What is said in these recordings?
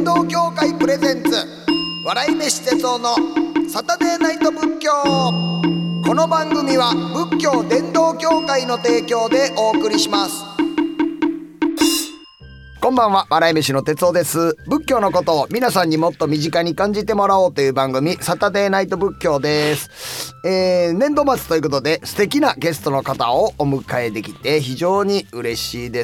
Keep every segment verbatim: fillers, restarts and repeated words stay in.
道協会プレゼンツ笑い飯哲夫のサタデーナイト仏教。この番組は仏教伝道協会の提供でお送りします。こんばんは、笑い飯の哲夫です。仏教のことを皆さんにもっと身近に感じてもらおうという番組、サタデーナイト仏教です。えー、年度末ということで素敵なゲストの方をお迎えできて非常に嬉しいです。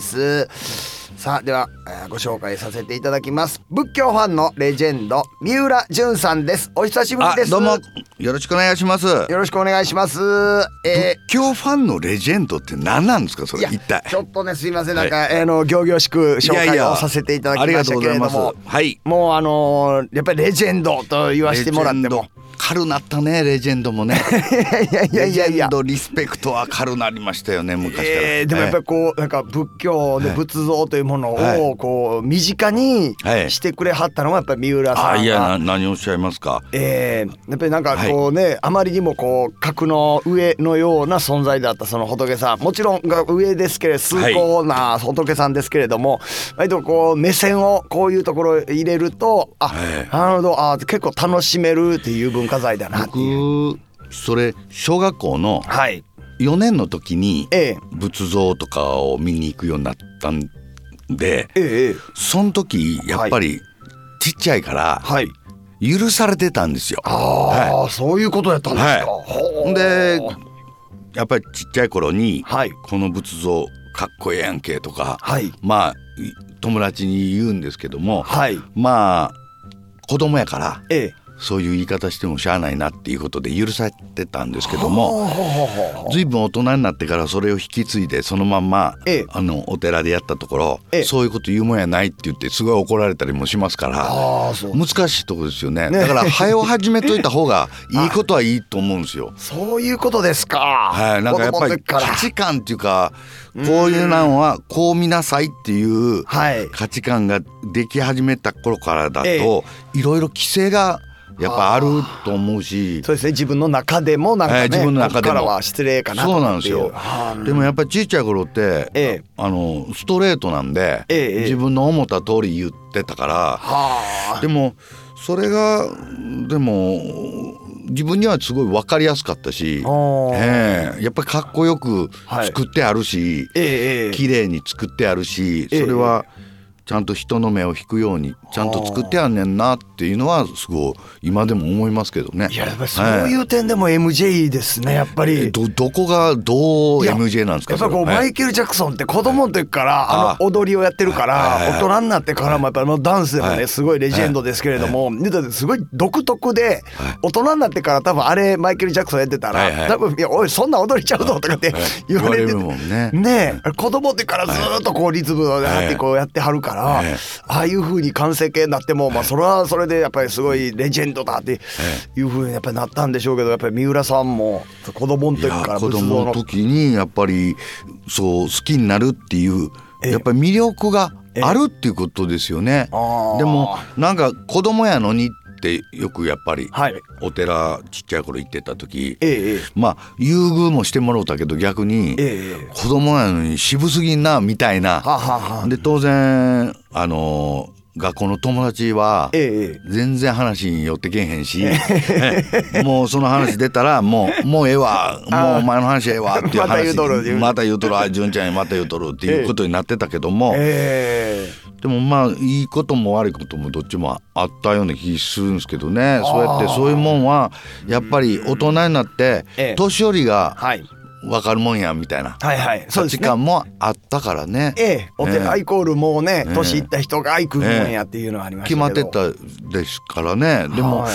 さあ、ではご紹介させていただきます。仏教ファンのレジェンド、三浦淳さんです。お久しぶりです。 どうもよろしくお願いします。 よろしくお願いします。 えー、仏教ファンのレジェンドって何なんですか、それ一体。 ちょっとね、すいません、なんか、はい、あの仰々しく紹介をさせていただきましたけれども、いやいや、ありがとうございます。はい、もうあのー、やっぱりレジェンドと言わせてもらっても軽なったね、レジェンドもねいやいやいやいや、レジェンドリスペクトは軽なりましたよね、昔から、 えー、でもやっぱりこう、なんか仏教で仏像というものをこう身近にしてくれはったのがやっぱり三浦さんが、 はい、あ、いやな、何をおっしゃいますか。 えー、やっぱりなんかこうね、はい、あまりにもこう格の上のような存在だったその仏さん、もちろんが上ですけれど崇高な仏さんですけれども、はい、割とこう目線をこういうところ入れると、あ、はい、なるほど、あ、結構楽しめるっていう文化財だなっていう。 僕それ小学校のよねんの時に仏像とかを見に行くようになったんで、ええ、その時やっぱりちっちゃいから許されてたんですよ。 あ、はい、そういうことやったんですか。 はい、でやっぱりちっちゃい頃に、はい、この仏像かっこええやんけとか、はい、まあ友達に言うんですけども、はい、まあ子供やから、ええ、そういう言い方してもしゃあないなっていうことで許されてたんですけども、ずいぶん大人になってからそれを引き継いでそのまんま、ええ、あのお寺でやったところ、ええ、そういうこと言うもんやないって言ってすごい怒られたりもしますから、難しいところですよね。だから早を始めといた方がいいことはいいと思うんですよ。 そういうことですか。 はい、なんかやっぱり価値観っていうか、こういうのはこう見なさいっていう価値観ができ始めた頃からだと、ええ、いろいろ規制がやっぱあると思うし、 そうですね、自分の中でもなんかね、えー、自分の中でもここからは失礼かなとそうなんですよ。でもやっぱりちっちゃい頃って、えー、あのストレートなんで、えー、自分の思った通り言ってたから、えー、でもそれがでも自分にはすごい分かりやすかったし、えー、やっぱりかっこよく作ってあるし、はい、えー、綺麗に作ってあるし、それは、えーちゃんと人の目を引くようにちゃんと作ってあんねんなっていうのはすごい今でも思いますけどね。 いや、やっぱりそういう点でも エムジェー ですね、やっぱり。 ど, どこがどう エムジェー なんですか。 やっぱこう、はい、マイケル・ジャクソンって子供の時から、はい、あの踊りをやってるから、はい、大人になってからもやっぱりダンスでもね、はい、すごいレジェンドですけれども、はいはい、すごい独特で、はい、大人になってから多分あれマイケル・ジャクソンやってたら、はいはい、多分いやおいそんな踊りちゃうぞとかって言われて、はいはい、言われるもんね。ねえ、子供の時からずっとこうリズムをやってこうやってはるから、はいはい、ああいう風に完成形になっても、まあそれはそれでやっぱりすごいレジェンドだっていう風にやっぱりなったんでしょうけど、やっぱり三浦さんも子供の時から子供の時にやっぱりそう好きになるっていうやっぱり魅力があるっていうことですよね。でもなんか子供やのにってよくやっぱりお寺ちっちゃい頃行ってた時、ええ、まあ優遇もしてもらったけど逆に子供やのに渋すぎんなみたいな、はははで当然あの学校の友達は全然話に寄ってけへんし、もうその話出たらもうもうええわ、もうお前の話ええわっていう話また言うとるまた言うとるあ純ちゃんにまた言うとるっていうことになってたけども、でもまあいいことも悪いこともどっちもあったような気するんですけどね。そうやってそういうもんはやっぱり大人になって年寄りが分かるもんやみたいな価値観もあったからね。 ええ、お寺イコールもうね、年いった人が行くもんやっていうのはありましたけど、 決まってたですからね。でも、はい、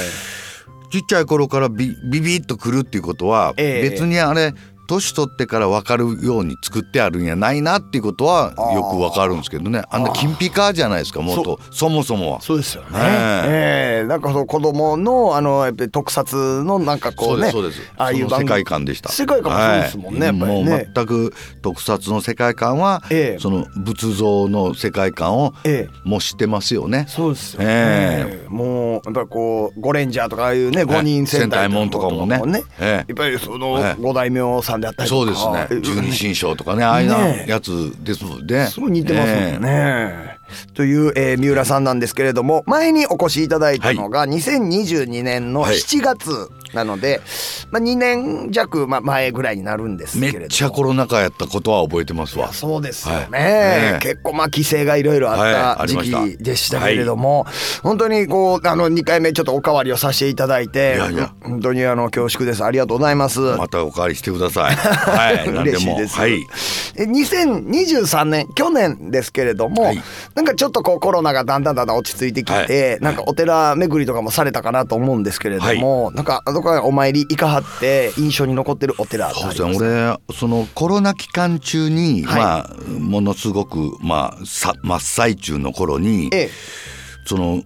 ちっちゃい頃からビビビッとくるっていうことは、ええ、別にあれ年取ってから分かるように作ってあるんやないなっていうことはよく分かるんですけどね。あんな金ピカじゃないですか、もっと そ, そもそもは。 そうですよね、えーえー、なんかその子供のあのやっぱり特撮のなんかこうね、 そうですそうです、 ああいう世界観でした。 世界観もそうですもんね、はい、やっぱりね。 もう全く特撮の世界観は、えー、その仏像の世界観を模してますよね、 えー、そうですよね、えー、もうやっぱりこうゴレンジャーとかああいうねごにん戦隊もんとかもね、えー、やっぱりそのご大名さんであったりとか、 そうですね、十二神将とかね、ああいうやつですもんね。 すごい似てますもんね、えという、えー、三浦さんなんですけれども、前にお越しいただいたのがにせんにじゅうにねんのしちがつなので、はい、まあ、にねん弱、ま、前ぐらいになるんですけれども、 めっちゃコロナ禍やったことは覚えてますわ。 そうですよね、はい、 ね、 結構まあ規制がいろいろあった時期でしたけれども、はい、本当にこうあのにかいめちょっとおかわりをさせていただいて、いやいや本当にあの恐縮です。ありがとうございます。 またおかわりしてください。はい、 嬉しいです。 はい、 にせんにじゅうさんねん、去年ですけれども、はい、なんかちょっとこうコロナがだんだんだんだん落ち着いてきて、はい、なんかお寺巡りとかもされたかなと思うんですけれども、はい、なんかどこかお参り行かはって印象に残ってるお寺ってありますか？ そうですね、俺そのコロナ期間中に、はい、まあものすごくまあさ真っ最中の頃に、ええ、その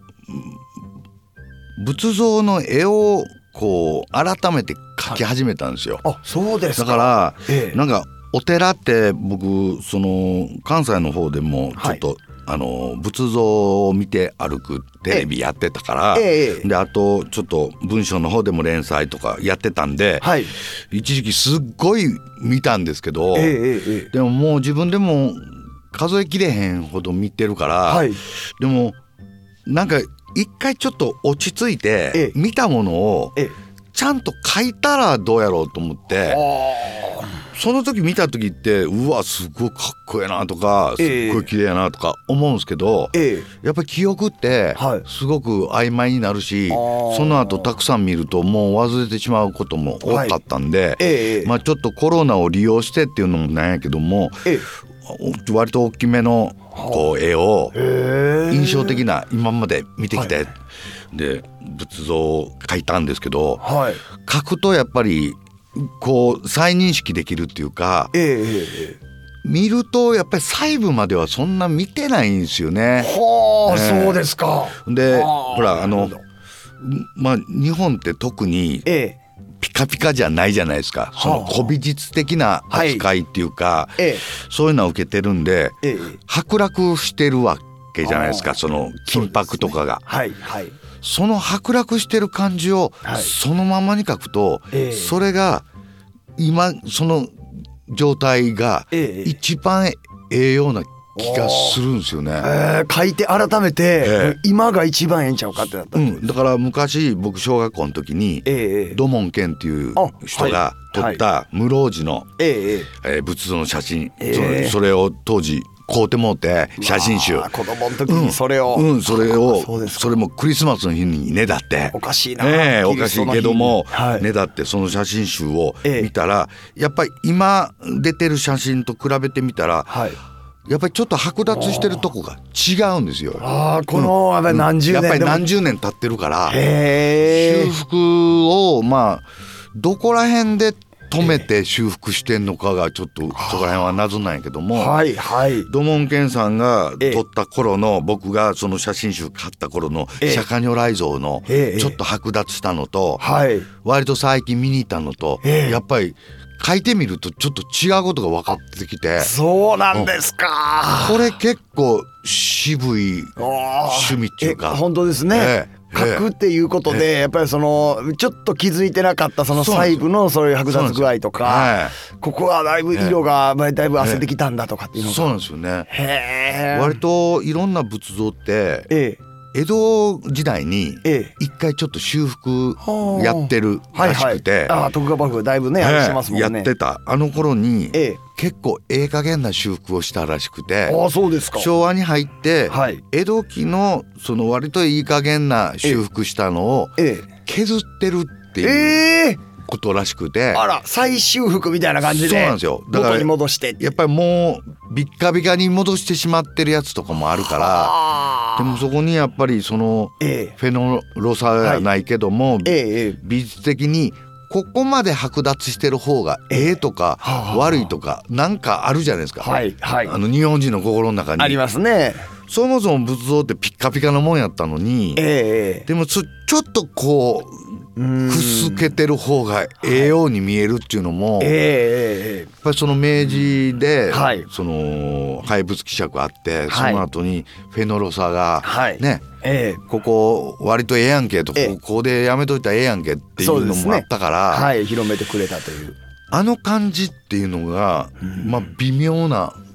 仏像の絵をこう改めて描き始めたんですよ。 はい、あ、そうですか。 だから、 ええ、 なんかお寺って僕その関西の方でもちょっと、はい、あの仏像を見て歩くテレビやってたから、ええ、であとちょっと文章の方でも連載とかやってたんで、はい、一時期すっごい見たんですけど、ええ、でももう自分でも数えきれへんほど見てるから、はい、でもなんか一回ちょっと落ち着いて見たものをちゃんと書いたらどうやろうと思って、その時見た時ってうわすごいかっこいいなとかすっごい綺麗やなとか思うんですけど、ええ、やっぱり記憶ってすごく曖昧になるし、はい、その後たくさん見るともう忘れてしまうことも多かったんで、はい、ええ、まあ、ちょっとコロナを利用してっていうのもなんやけども、ええ、割と大きめのこう絵を印象的な今まで見てきて、はい、で仏像を描いたんですけど、はい、描くとやっぱりこう再認識できるっていうか、ええ、見るとやっぱり細部まではそんな見てないんですよね。 はあ、えー、そうですか。 でほらあのまあ日本って特にピカピカじゃないじゃないですか。その古美術的な扱いっていうか、はい、そういうのを受けてるんで、ええ、剥落してるわけじゃないですか。その金箔とかが、ね、はいはい、その剥落してる感じをそのままに描くと、はい、それが今その状態が一番ええような気がするんですよね。 えー、書いて改めて、えー、今が一番ええんちゃうかってなった、うん、 だから昔僕小学校の時に、えー、土門健っていう人が撮った室生寺の、はいえー、仏像の写真、えー、それを当時買うてもうて写真集、 子供の時にそれを、 うんうん、それをそれもクリスマスの日にねだっておかしいな、 えー、おかしいけども、はい、ねだってその写真集を見たら、えー、やっぱり今出てる写真と比べてみたら、はい、やっぱりちょっと剥奪してるとこが違うんですよ。 あこの、うん、やっぱり何十年、 やっぱり何十年経ってるから修復をまあどこら辺で止めて修復してんのかがちょっとそこら辺は謎なんやけども、はいはい、土門健さんが撮った頃の僕がその写真集買った頃の釈迦如来像のちょっと剥奪したのと割と最近見に行ったのとやっぱり書いてみるとちょっと違うことが分かってきて。 そうなんですか。 これ結構渋い趣味っていうか本当ですね、ええ書くっていうことでやっぱりそのちょっと気づいてなかったその細部のそういう剥奪具合とかここはだいぶ色がだいぶ汗てきたんだとかっていうのがそうなんですよね。へー、割といろんな仏像ってええ江戸時代に一回ちょっと修復やってるらしくて、 はいはい、あ徳川幕府だいぶね、えー、あれしてますもんね。 やってたあの頃に、えー、結構ええ加減な修復をしたらしくて、 あそうですか。 昭和に入って、はい、江戸期のその割といい加減な修復したのを削ってるっていう、えーことらしくて、 あら再修復みたいな感じでそうなんですよ。だから元に戻してやっぱりもうビッカビカに戻してしまってるやつとかもあるからでもそこにやっぱりそのフェノロサじゃないけども、はい、美術的にここまで剥奪してる方がええとか悪いとかなんかあるじゃないですか、はいはい、あの日本人の心の中にありますね。 そもそも仏像ってピッカピカなもんやったのに、えー、でもちょっとこうくすけてる方がええように見えるっていうのも、はい、えー、やっぱりその明治で、はい、その廃仏希釈あって、はい、その後にフェノロサが、はい、ね、えー、ここ割とええやんけと、えー、ここでやめといたらええやんけっていうのもあったから、 ね、はい、広めてくれたというあの感じっていうのが、まあ微妙な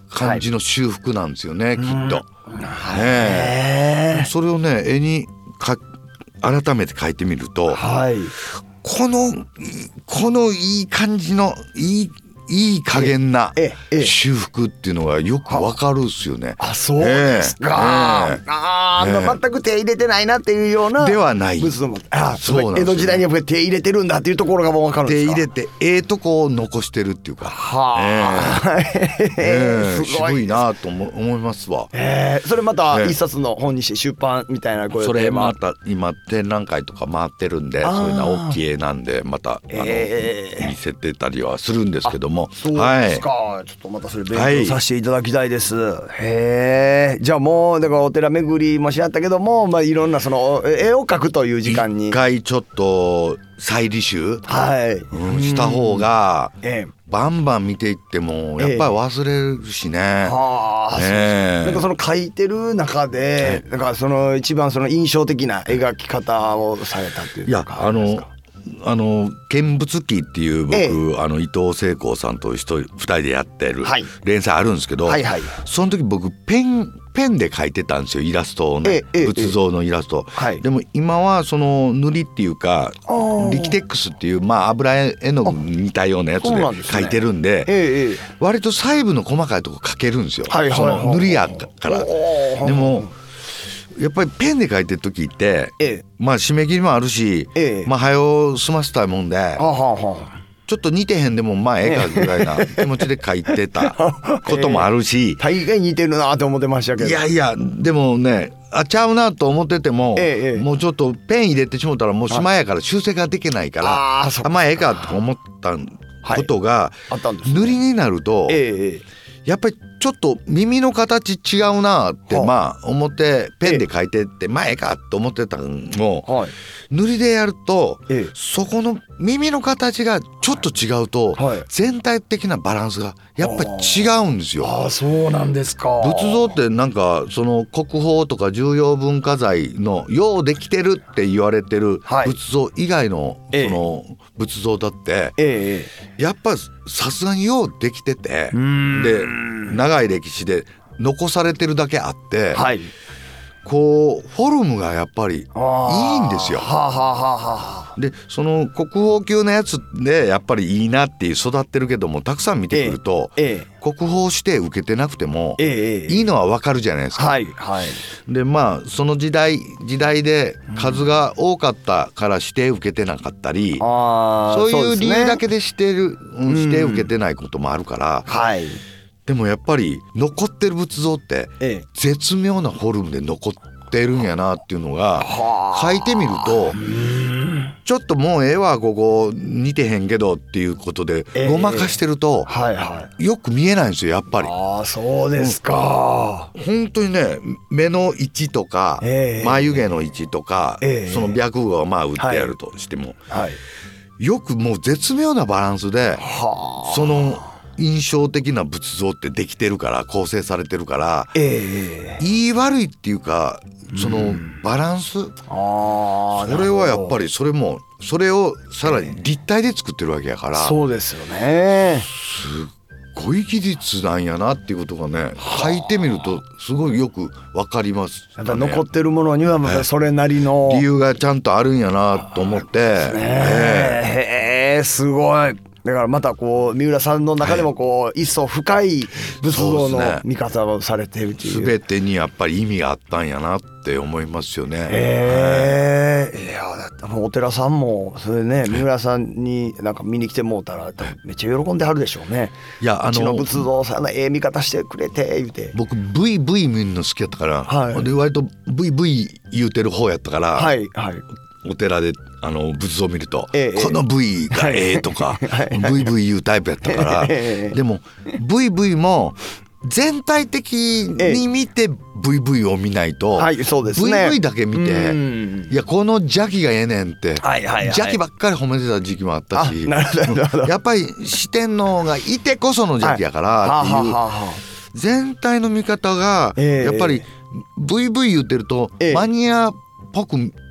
感じの修復なんですよね、はい、きっと、 ね、 それをね絵にか改めて描いてみると、はい、このこのいい感じのいいいい加減な修復っていうのがよくわかるっすよね。 あ、そうですか。えーえー、あー、えー、全く手入れてないなっていうようなではない。 あ、そうなんですね。江戸時代にやっぱり手入れてるんだっていうところがもうわかるんですか。 手入れてええとこを残してるっていうか。 はあ、 えーえー、すごいなと思いますわ。 えー、それまた一冊の本にして出版みたいな、 これそれまた今展覧会とか回ってるんで、そういうのは大きい絵なんでまたあの、えー、見せてたりはするんですけども。 そうですか、はい、ちょっとまたそれ勉強させていただきたいです、はい、へえ。じゃあもうだからお寺巡りもしあったけども、まあ、いろんなその絵を描くという時間に一回ちょっと再履修、はいうん、した方が、ええ、バンバン見ていってもやっぱり忘れるしね、ええはあ、 ええ、なんかその描いてる中で、なんかその一番その印象的な描き方をされたっていうか。 いやあのあの見物記っていう僕、ええ、あの伊藤聖光さんと一人二人でやってる連載あるんですけど、はいはいはい、その時僕ペンペンで描いてたんですよ、イラストをね、ええ、仏像のイラスト、はい、でも今はその塗りっていうかリキテックスっていう、まあ、油絵の具に似たようなやつで描いてるんで、ええ、割と細部の細かいとこ描けるんですよ、はいはいはい、その塗りやから。でもやっぱりペンで描いてる時って、ええ、まあ締め切りもあるし、ええ、まあ早う済ませたいもんで、はあはあ、ちょっと似てへんでもまあええかぐらいな気持ちで描いてたこともあるし、 ええ、大概似てるなと思ってましたけど、 いやいやでもねあちゃうなと思ってても、ええ、もうちょっとペン入れてしもたらもうしまいやから修正ができないから、ああまあええかと思ったことが、はい、塗りになると、ええ、やっぱりちょっと耳の形違うなってまあ思ってペンで描いてってまあええかと思ってたのも、塗りでやるとそこの耳の形がちょっと違うと全体的なバランスがやっぱり違うんですよ。 あ、そうなんですか。 仏像ってなんかその国宝とか重要文化財のようできてるって言われてる仏像以外のその仏像だってやっぱさすがにようできてて、で長い歴史で残されてるだけあって、はい、こうフォルムがやっぱりいいんですよ。はあはあはあ、でその国宝級のやつでやっぱりいいなっていう育ってるけども、たくさん見てくると、ええ、国宝指定受けてなくても、ええ、いいのは分かるじゃないですか。はいはい、でまあその時代時代で数が多かったから指定受けてなかったり、うん、そういう理由だけで指定、うん、指定受けてないこともあるから、うん、はい、でもやっぱり残ってる仏像って絶妙なフォルムで残ってるんやなっていうのが書いてみると、ちょっともうええわここ似てへんけどっていうことでごまかしてるとよく見えないんですよやっぱり。 ああそうですか。 本当にね目の位置とか眉毛の位置とかその白毫がまあ打ってあるとしてもよくもう絶妙なバランスでその印象的な仏像ってできてるから構成されてるから、えー、いい悪いっていうかそのバランス、うん、あそれはやっぱりそれもそれをさらに立体で作ってるわけやから、えー、 そうですよね。 すっごい技術なんやなっていうことがね書いてみるとすごいよくわかります、ね、 やっぱ残ってるものにはまたそれなりの理由がちゃんとあるんやなと思って、 えー、すごい。だからまたこう三浦さんの中でもこう一層深い仏像の見方をされているという、 全てにやっぱり意味があったんやなって思いますよね。 えー、いやだお寺さんもそれね三浦さんになんか見に来てもうたらめっちゃ喜んではるでしょうね。いやあのうちの仏像さんのええ見方してくれて言うて、 僕 ブイブイ 見るの好きやったから、はい、で割と ブイブイ 言うてる方やったから、はいはい、お寺であの仏像を見ると、ええ、この ブイ がええとか、はい、ブイブイ 言うタイプやったから、ええ、でも ブイブイ も全体的に見て ブイブイ を見ないと、はいそうですね、ブイブイ だけ見ていやこの邪気がええねんって、はいはいはい、邪気ばっかり褒めてた時期もあったし、やっぱり四天王がいてこその邪気やからっていう、はいははは全体の見方がやっぱり ブイブイ 言ってるとマニアっぽく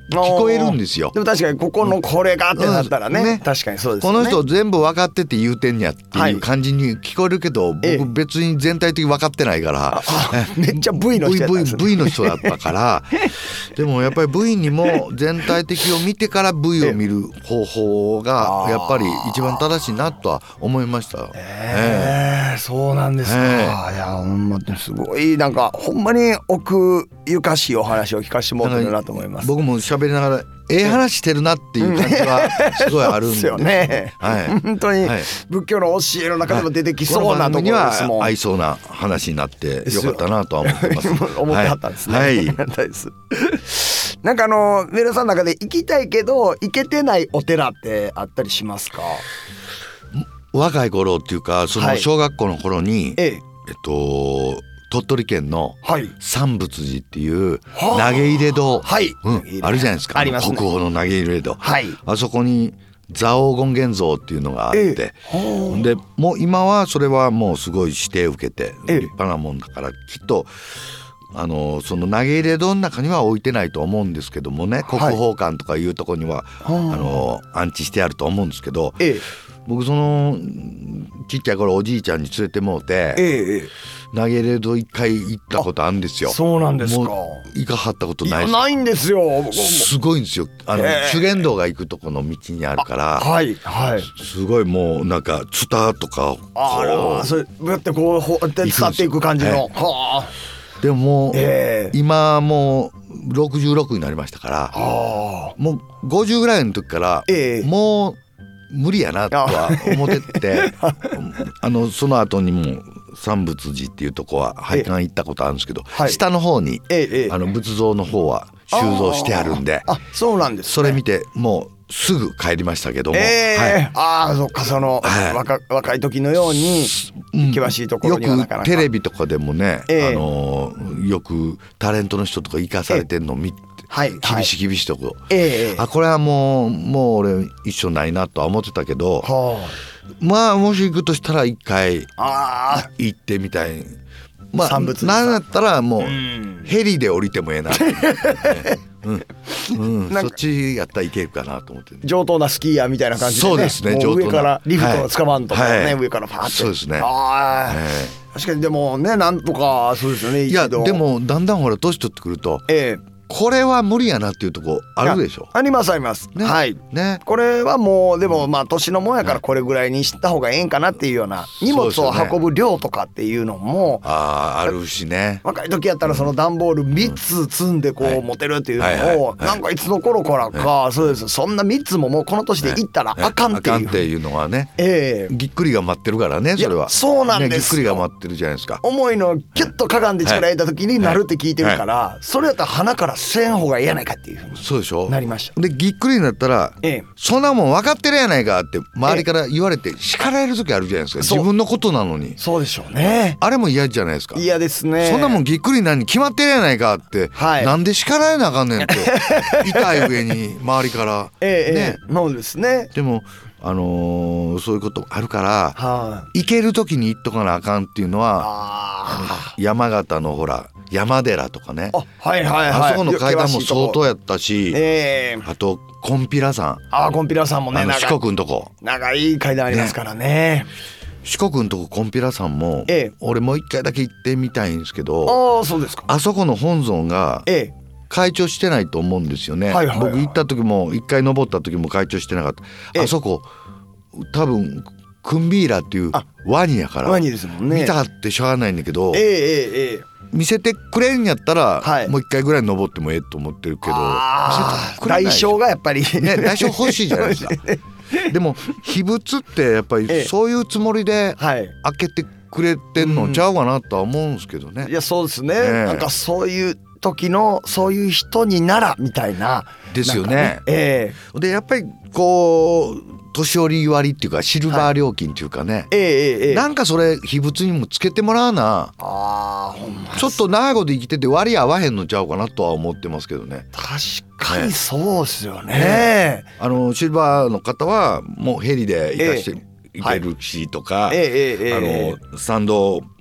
聞こえるんですよ。 でも確かにここのこれがってなったらね、うんね、確かにそうですね。 この人全部分かってて言うてんやっていう感じに聞こえるけど、はい、僕別に全体的に分かってないから、 ええ、めっちゃ V の人やったんですね。 V, V, V の人だったからでもやっぱり V にも全体的を見てから V を見る方法がやっぱり一番正しいなとは思いました。 えーえー、そうなんですか、えー、いやほんますごいなんかほんまに奥ゆかしいお話を聞かせてもらってるなと思います。 僕も喋りながらええ話してるなっていう感じはすごいあるんですよね、はい、本当に仏教の教えの中でも出てきそうなところですもん、はい、 には合いそうな話になってよかったなとは思ってます思ってはったんですね、はい、なんかあの上田さんの中で行きたいけど行けてないお寺ってあったりしますか？ 若い頃っていうかその小学校の頃に、はい、えええっと鳥取県の三仏寺っていう投げ入れ堂、はいうん、あるじゃないですか。ありますね、国宝の投げ入れ堂、はい、あそこに蔵王権現像っていうのがあって、えでもう今はそれはもうすごい指定を受けて立派なもんだからきっとあのその投げ入れ堂の中には置いてないと思うんですけどもね、国宝館とかいうところには、はい、あの安置してあると思うんですけど、え僕そのちっちゃい頃おじいちゃんに連れてもうて、ええ、投げれど一回行ったことあるんですよ。 そうなんですか。 もう行かはったことないです。 ないんですよ。 すごいんですよ。あの、えー、修験道が行くとこの道にあるからはいはい、 すごいもうなんかツタとかあらそれどうやってこうほって伝っていく感じの、えー、はあでももう、えー、今もうろくじゅうろくになりましたからもうごじゅうぐらいの時から、えー、もう無理やなとは思っててあのその後にも三仏寺っていうとこは拝観行ったことあるんですけど、はい、下の方に、ええ、あの仏像の方は収蔵してあるんで、 あそうなんです、ね、 それ見てもうすぐ帰りましたけども、 えーはい、ああそっかその、はい、若, 若い時のように険しいところにはなかなか、 よくテレビとかでもね、えー、あのよくタレントの人とか生かされてるのを見て、はい、厳しい厳しいとこ、えー、あこれはもうもう俺一緒ないなとは思ってたけど、はあ、まあもし行くとしたら一回行ってみたい。まあなんだったらもうヘリで降りてもええな、うんうん、そっちやったらいけるかなと思って、ね、 上等なスキーヤーみたいな感じで、ね、 そうですね、 上からリフトをつかまんとかね、はい、上からパーってそうですね、 あ、えー、確かにでもねなんとかそうですよね。 いやでもだんだんほら年取ってくると、えーこれは無理やなっていうとこあるでしょ。 ありますあります、ね、はいね。これはもうでもまあ年のもんやからこれぐらいにした方がええんかなっていうような荷物を運ぶ量とかっていうのもああるしね。 若い時やったらその段ボールみっつ積んでこう持てるっていうのをなんかいつの頃からかそうですそんなみっつももうこの年でいったらあかんっていうあかんっていうのはね、えー、ぎっくりが待ってるからねそれは。 そうなんです、 ね、ぎっくりが待ってるじゃないですか。 重いのをキュッとかがんで力入れた時になるって聞いてるからそれやったら鼻からせん方がええやないかっていうふうにそうでしょなりました。 でぎっくりになったら、ええ、そんなもん分かってるやないかって周りから言われて叱られる時あるじゃないですか、ええ、自分のことなのに。 そうでしょうね。 あれも嫌じゃないですか。 嫌ですね。 そんなもんぎっくりなんに決まってるやないかって、はい、なんで叱られなあかんねんって痛い上に周りからええね、ええ、そうですね。 でもあのー、そういうことあるから、はあ、行ける時に行っとかなあかんっていうのはあ山形のほら山寺とかね あ,、はいはいはい、あそこの階段も相当やったし、えー、あとコンピラ山あコンピラ山もね四国のとこ長い階段ありますから ね, ね四国のとこコンピラ山も、えー、俺もう一回だけ行ってみたいんですけどあ, そうですか。 あそこの本尊が、えー開帳してないと思うんですよね、はいはいはい、僕行った時も一回登った時も開帳してなかった。あそこ多分クンビーラっていうワニやからワニですもんね。 見たってしゃあないんだけど、えーえーえー、見せてくれんやったら、はい、もう一回ぐらい登ってもええと思ってるけど代償がやっぱりね代償欲しいじゃないですかでも秘仏ってやっぱりそういうつもりで開けてくれてんのちゃうかなとは思うんですけどね、 うん、いやそうですね、えー、なんかそういう時のそういう人にならみたいなですよね。 ねえー、でやっぱりこう年寄り割っていうかシルバー料金っていうかね、はいえーえー、なんかそれ秘仏にもつけてもらわなあほんまちょっと長いこと生きてて割合わへんのちゃうかなとは思ってますけどね。 確かにそうですよね。ねあのシルバーの方はもうヘリで行かしていけるしとか、えーえーえー、あの参道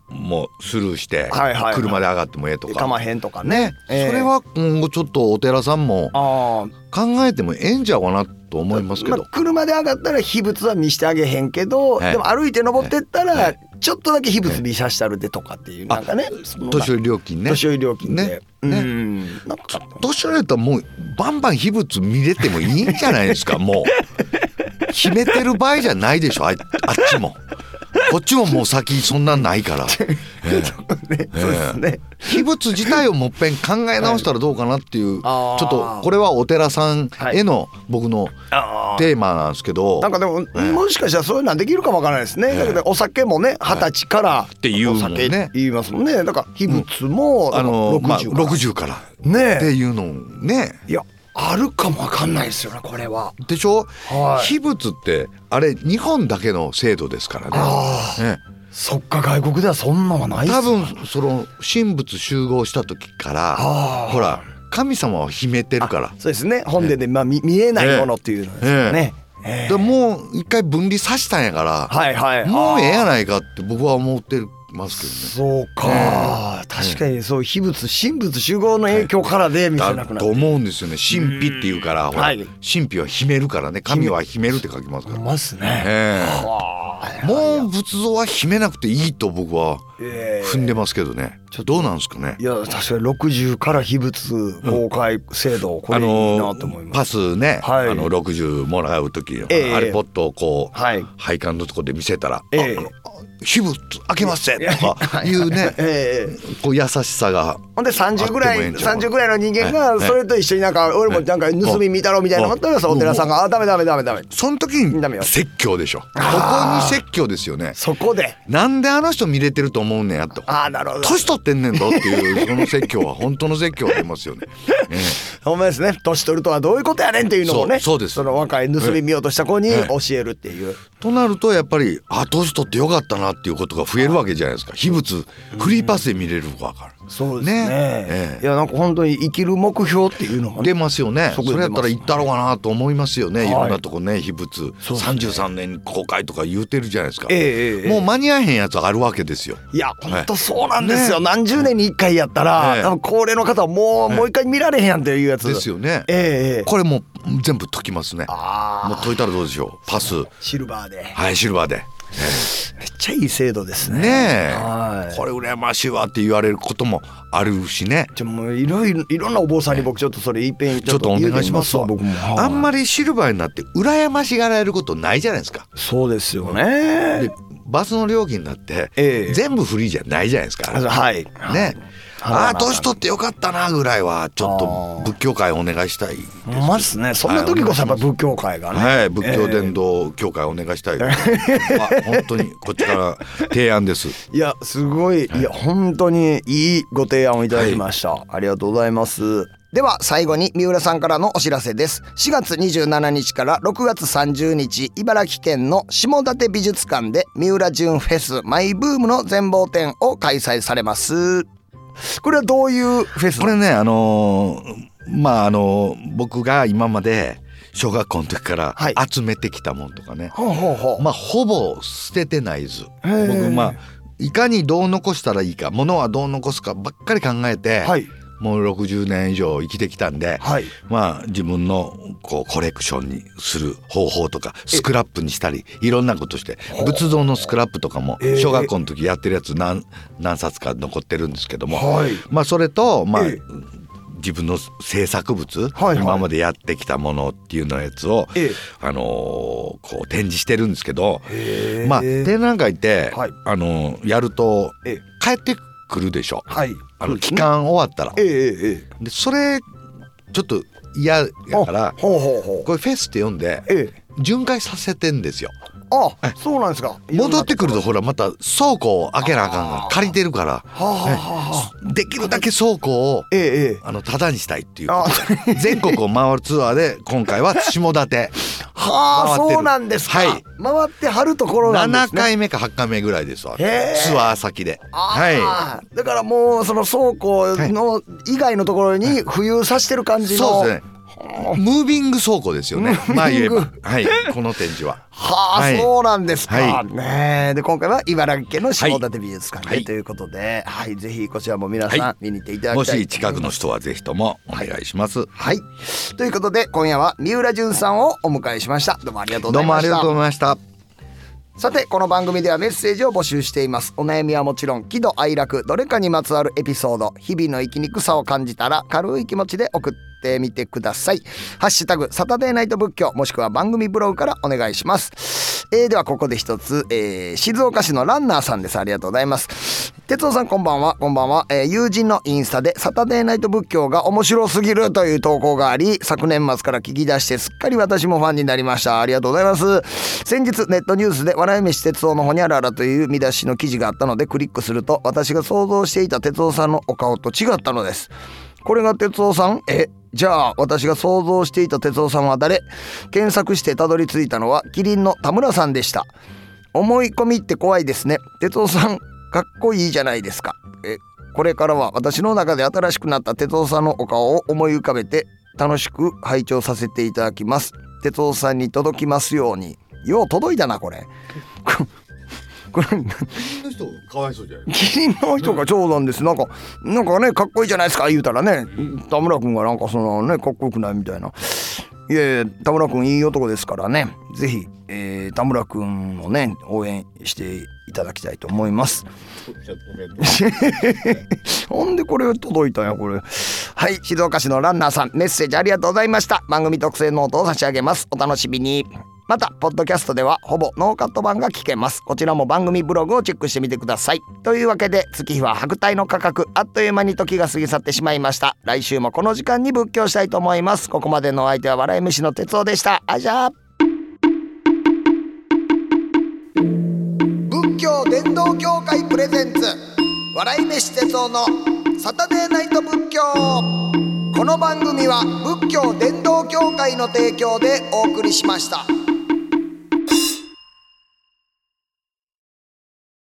もうスルーして、 はいはいはい、 車で上がってもええとかかまへんとかね、 えー、それは今後ちょっとお寺さんも考えてもええんちゃうかなと思いますけど、 まあ、車で上がったら秘仏は見してあげへんけど、でも歩いて登ってったらちょっとだけ秘仏見さしたるでとかっていう、なんかね、 年寄り料金ね、 年寄り料金で、ね、うん、 なんか年寄りだったらもうバンバン秘仏見れてもいいんじゃないですか。もう決めてる場合じゃないでしょ、あ, あっちもこっちももう先そんなんないから、えー、秘仏自体をもっぺん考え直したらどうかなっていう、はい、ちょっとこれはお寺さんへの僕のテーマなんですけど、 なんかでも、えー、もしかしたらそういうのはできるかもわからないですね、えー、だけどお酒もねはたちからっていうもんね、 言いますもんね。だから秘仏も、 うん、あのまあ、ろくじゅうからねっていうのね、 いやあるかもわかんないですよね、これは。 でしょ、はい、秘仏ってあれ日本だけの制度ですからね。 あ、ね、そっか、外国ではそんなのはないっす。 多分その神仏集合した時からほら神様は秘めてるから。 そうですね、本殿で、まあ、見, 見えないものっていうのですよね、 えーえー、でもう一回分離させたんやから、 はいはい、 もうええやないかって僕は思ってるますけどね。 そうか、えー、確かにそう、秘仏神仏集合の影響からで見せなくなって、 だと思うんですよね。神秘っていうから、ほら、はい、神秘は秘めるからね、神は秘めるって書きますから。 ますね、 えー、もう仏像は秘めなくていいと僕は踏んでますけどね、えー、どうなんですかね。 いや確かにろくじゅうから秘仏公開制度、うん、これいいなと思います。 パスね、はい、あのろくじゅうもらう時、えー、アリポットをこう、はい、配管のとこで見せたら、えー、秘仏開けますせとかいうね、えー、こう優しさが。 ほんでさんじゅうぐらいさんじゅうぐらいの人間がそれと一緒になんか俺もなんか盗み見たろみたいなのがあったらさ、お寺さんがあダメダメダメダメ、 その時に説教でしょ。ここに説教ですよね。 そこでなんであの人見れてると思うねんやと。 あ、なるほど、 年取ってんねんぞっていうその説教は本当の説教ありますよね。 えー、ほんまですね。年取るとはどういうことやねんっていうのもね、 そう、そうです。 その若い盗み見ようとした子に教えるっていう、えー、 となるとやっぱりあ年取ってよかったなっていうことが増えるわけじゃないですか。秘仏フリーパスで見れるか分かる。 そうですね、ええ、いやなんか本当に生きる目標っていうのが、ね、 出ますよね。それやったら行ったろうかなと思いますよね、はい、いろんなとこね。秘仏、ね、さんじゅうさんねん公開とか言うてるじゃないですか、ええ、もう間に合えへんやつあるわけですよ。 いや本当そうなんですよ、ね、何十年にいっかいやったら、ね、多分高齢の方はもう、ね、もう一回見られへんやんっていうやつですよね、 ええ、 これもう全部解きますね。あもう解いたらどうでしょう。パスシルバーで、 はいシルバーでめっちゃいい制度ですね。 ねえ、はい、これ羨ましいわって言われることもあるしね。 じゃもういろいろいろんなお坊さんに僕ちょっとそれいっぺんちょっとお願いしますわ。僕もあんまりシルバーになって羨ましがられることないじゃないですか。 そうですよね。 でバスの料金だって、えー、全部フリーじゃないじゃないですか。はいね、ああ年取ってよかったなぐらいはちょっと仏教会お願いしたいです。 ますね。そんな時こそやっぱ仏教会がね、 はい、仏教伝道協会お願いしたい、えー、あ本当にこっちから提案です。 いやすごい、いや本当にいいご提案をいただきました、はい、ありがとうございます。では最後に三浦さんからのお知らせです。しがつにじゅうしちにちからろくがつさんじゅうにち、茨城県の下館美術館で三浦純フェスマイブームの全貌展を開催されます。これはどういうフェス？ これねあのー、まああのー、僕が今まで小学校の時から集めてきたもんとかね、はい、ほうほうほう、まあほぼ捨ててないず。僕まあいかにどう残したらいいか、ものはどう残すかばっかり考えて、はい、もうろくじゅうねん以上生きてきたんで、はい、まあ自分のこうコレクションにする方法とかスクラップにしたりいろんなことして、仏像のスクラップとかも小学校の時やってるやつ 何, 何冊か残ってるんですけども、はい、まあそれとまあ自分の制作物、はいはい、今までやってきたものっていうのやつを、あのー、こう展示してるんですけど、まあ展覧会って、はい、あのー、やると帰ってくるでしょ、はい、あの期間終わったら、えーえー、でそれちょっと嫌やからこれフェスって呼んで、えー、巡回させてんですよ。 ああそうなんですか。 戻ってくるとほらまた倉庫を開けなあかんから借りてるから、できるだけ倉庫を、ええ、あのタダにしたいっていう全国を回るツアーで今回は下館はあそうなんですか、はい、回ってはるところなんですね。 ななかいめかはちかいめぐらいですわ、ツアー先で。 はい、だからもうその倉庫の以外のところに浮遊させてる感じの、 そうですね。 ムービング倉庫ですよね。まあ言えば、はい、この展示は。 はあ、はい、そうなんですか、 はい、 ね。で今回は茨城県の下館美術館で、 はい、 ということで、はい、ぜひこちらも皆さん見に行っていただきたい、 もし近くの人はぜひともお願いします。 はい、はい、ということで今夜は三浦淳さんをお迎えしました。どうもありがとうございました。 どうもありがとうございました。 さてこの番組ではメッセージを募集しています。お悩みはもちろん喜怒哀楽どれかにまつわるエピソード、日々の生きにくさを感じたら軽い気持ちで送ってみてください。ハッシュタグサタデーナイト仏教もしくは番組ブログからお願いします。えー、ではここで一つ、えー、静岡市のランナーさんです。ありがとうございます。哲夫さんこんばんは。こんばんは、えー、友人のインスタでサタデーナイト仏教が面白すぎるという投稿があり、昨年末から聞き出してすっかり私もファンになりました。ありがとうございます。先日ネットニュースで笑い飯哲夫のほにゃららという見出しの記事があったのでクリックすると、私が想像していた哲夫さんのお顔と違ったのです。これが哲夫さん？えじゃあ私が想像していた哲夫さんは誰？検索してたどり着いたのはキリンの田村さんでした。思い込みって怖いですね。哲夫さんかっこいいじゃないですか。えこれからは私の中で新しくなった哲夫さんのお顔を思い浮かべて楽しく拝聴させていただきます。哲夫さんに届きますように。よう届いたなこれ。これキリンの人かわいそうじゃない。 キリンの人がそうなんです。なんかなんかねかっこいいじゃないですか言うたらね、田村くんがなんかそのねかっこよくないみたいな。いやいや田村くんいい男ですからね、ぜひ、えー、田村くんをね応援していただきたいと思います。ほんでこれ届いたんやこれ。はい、静岡市のランナーさんメッセージありがとうございました。番組特製ノートを差し上げます。お楽しみに。またポッドキャストではほぼノーカット版が聞けます。こちらも番組ブログをチェックしてみてください。というわけで月日は白帯の価格、あっという間に時が過ぎ去ってしまいました。来週もこの時間に仏教したいと思います。ここまでのお相手は笑い飯の哲夫でした。あじゃあ仏教伝道協会プレゼンツ笑い飯哲夫のサタデーナイト仏教。この番組は仏教伝道協会の提供でお送りしました。